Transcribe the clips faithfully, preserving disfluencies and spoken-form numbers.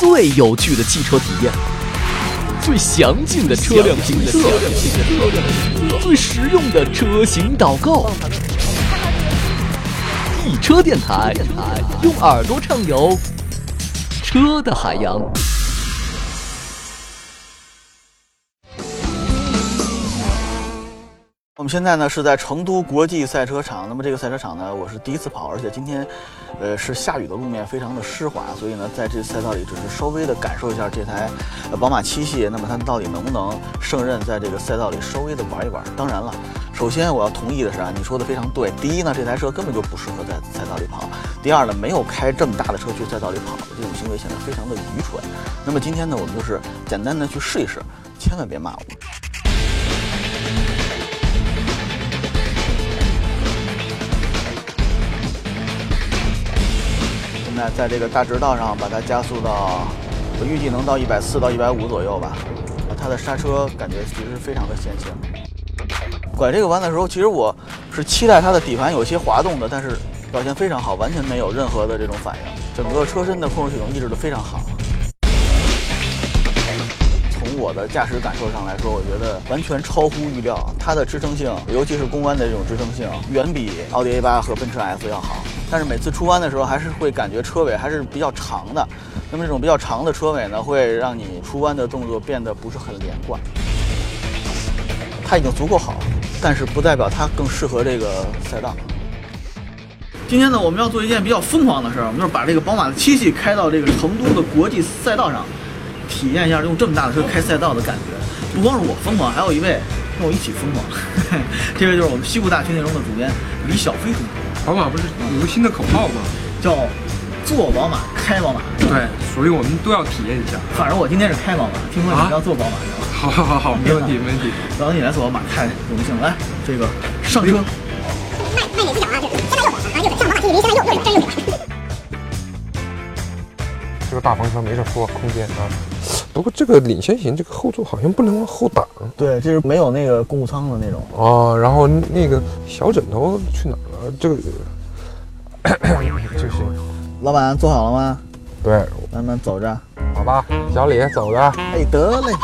最有趣的汽车体验，最详尽的车辆评测，最实用的车型导购。一车电台，用耳朵畅游车的海洋。 我们现在呢是在成都国际赛车场，那么这个赛车场呢我是第一次跑，而且今天呃是下雨的路面，非常的湿滑，所以呢在这赛道里只是稍微的感受一下这台呃宝马七系，那么它到底能不能胜任在这个赛道里稍微的玩一玩。当然了，首先我要同意的是啊，你说的非常对，第一呢这台车根本就不适合在赛道里跑，第二呢没有开这么大的车去赛道里跑的这种行为显得非常的愚蠢。那么今天呢我们就是简单的去试一试，千万别骂我。现在在这个大直道上把它加速到，我预计能到一百四到一百五左右吧。它的刹车感觉其实非常的线性。拐这个弯的时候，其实我是期待它的底盘有些滑动的，但是表现非常好，完全没有任何的这种反应。整个车身的控制系统抑制的非常好。从我的驾驶感受上来说，我觉得完全超乎预料。它的支撑性，尤其是公弯的这种支撑性，远比奥迪 A 八 和奔驰 S 要好。但是每次出弯的时候，还是会感觉车尾还是比较长的。那么这种比较长的车尾呢，会让你出弯的动作变得不是很连贯。它已经足够好，但是不代表它更适合这个赛道。今天呢，我们要做一件比较疯狂的事儿，我们就是把这个宝马的七系开到这个成都的国际赛道上，体验一下用这么大的车开赛道的感觉。不光是我疯狂，还有一位跟我一起疯狂，这位就是我们西部大学内容的主编李小飞同学。 宝马不是有个新的口号吗？ 叫坐宝马开宝马。 对，所以我们都要体验一下。 反正我今天是开宝马，听说你要坐宝马是吧？ 好好好好，没问题没问题。 然后你来坐宝马太荣幸了，来这个上车。 迈迈哪只脚啊？就是现在右转啊，右转，上宝马七零，现在右右转，站右转。 这个大房车没得说，空间啊。不过这个领先型这个后座好像不能往后挡。 对，这是没有那个公务舱的那种。 哦，然后那个小枕头去哪儿了？这个就行。 老板坐好了吗？ 对， 慢慢走着。 好吧，小李走着。 哎，得嘞。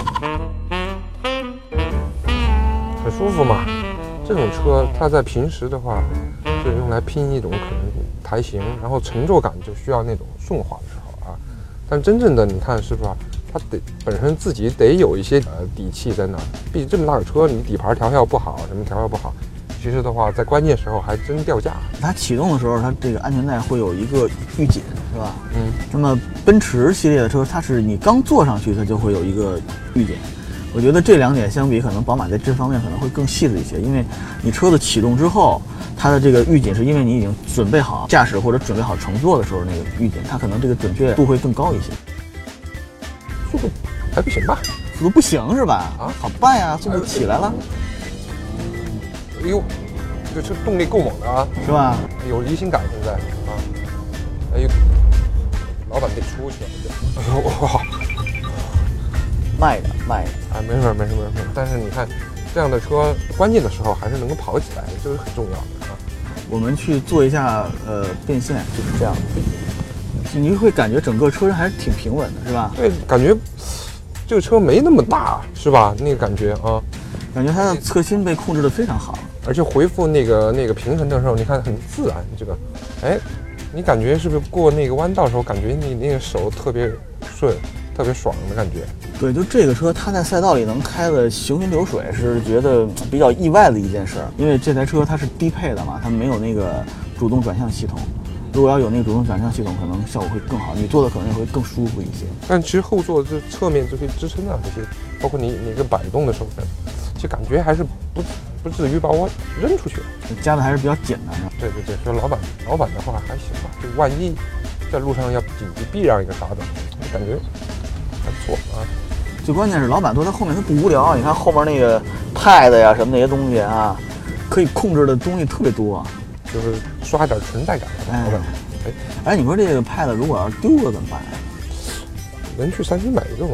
很舒服嘛。这种车它在平时的话是用来拼一种可能台型，然后乘坐感就需要那种顺滑的时候啊。但真正的你看是吧？它得本身自己得有一些呃底气在那儿，毕竟这么大个车，你底盘调校不好，什么调校不好，其实的话在关键时候还真掉价。 它启动的时候，它这个安全带会有一个预警，是吧？ 嗯。 那么奔驰系列的车，它是你刚坐上去，它就会有一个预警。我觉得这两点相比，可能宝马在这方面可能会更细致一些，因为你车子启动之后，它的这个预警是因为你已经准备好驾驶或者准备好乘坐的时候那个预警，它可能这个准确度会更高一些。 速度还不行吧？ 速度不行是吧？啊，好办呀，速度起来了。 哎呦，这车动力够猛的啊， 是吧？ 有离心感现在啊。哎呦，老板得出去了。哎呦哇！ 慢点，慢点。 啊，没事没事没事。但是你看，这样的车关键的时候还是能够跑起来，这是很重要的啊。 我们去做一下呃变线，就是这样。你会感觉整个车身还是挺平稳的，是吧？ 对，感觉这个车没那么大，是吧？那个感觉啊， 感觉它的侧心被控制得非常好， 而且回复那个那个平衡的时候，你看很自然。这个，哎，你感觉是不是过那个弯道的时候，感觉你那个手特别顺，特别爽的感觉？ 对，就这个车，它在赛道里能开的行云流水，是觉得比较意外的一件事。因为这台车它是低配的嘛，它没有那个主动转向系统。如果要有那个主动转向系统，可能效果会更好，你坐的可能也会更舒服一些。 但其实后座这侧面这些支撑啊，这些包括你你个摆动的时候，就感觉还是不不至于把我扔出去。 加的还是比较简单的。 对对对，所以老板老板的话还行吧，就万一在路上要紧急避让一个啥的，感觉还不错啊。 最关键是老板坐在后面他不无聊，你看后面那个 pad 呀什么那些东西啊，可以控制的东西特别多。 就是刷点存在感。哎， 哎，哎，你说这个 pad 如果要是丢了怎么办？ 能去三星买一个吗？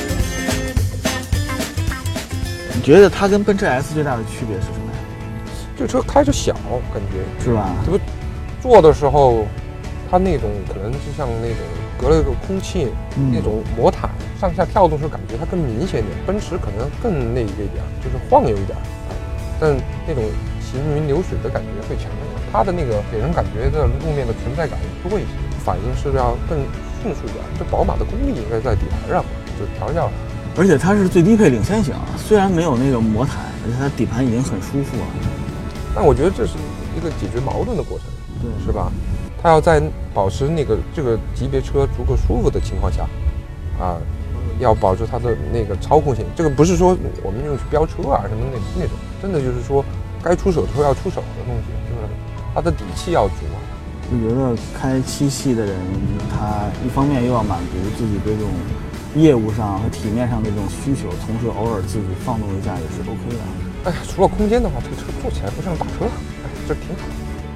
你觉得它跟奔驰 S 最大的区别是什么呀？ 这车开着小，感觉是吧？ 这不坐的时候，它那种可能是像那种隔了一个空气、 嗯、 那种魔毯，上下跳动时感觉它更明显点。奔驰可能更那个一点，就是晃悠一点，但那种行云流水的感觉会强一点。它的那个给人感觉的路面的存在感多一些，反应是要更迅速点。这宝马的功力应该在底盘上，就调教上。 而且它是最低配领先型，虽然没有那个魔毯，而且它底盘已经很舒服了。 但我觉得这是一个解决矛盾的过程， 对， 是吧？它要在保持那个这个级别车足够舒服的情况下，啊，要保持它的那个操控性。这个不是说我们用去飙车啊什么那那种，真的就是说该出手的时候要出手的东西，就是它的底气要足啊。 我觉得开七系的人，他一方面又要满足自己这种业务上和体面上的这种需求，同时偶尔自己放纵一下也是 OK 的。 哎呀，除了空间的话，这个车坐起来不像大车，哎，这挺好。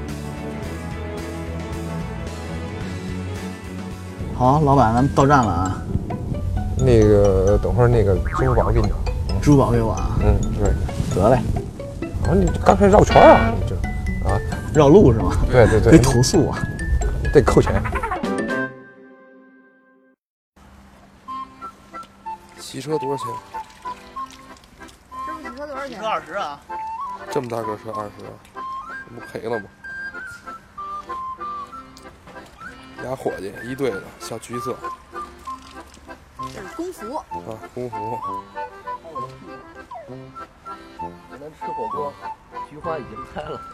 好，老板，咱们到站了啊。 那个，等会儿那个支付宝给你。 支付宝给我啊？ 嗯，对。 得嘞。 啊，你刚才绕圈啊？你这啊， 绕路是吗？ 对对对。 得投诉啊， 得扣钱。洗车多少钱？ 这不洗车多少钱？ 车二十啊。 这么大个车二十啊？这不赔了吗？俩伙计一对的，小橘色。 这是工服啊，工服。 我能吃火锅，菊花已经开了。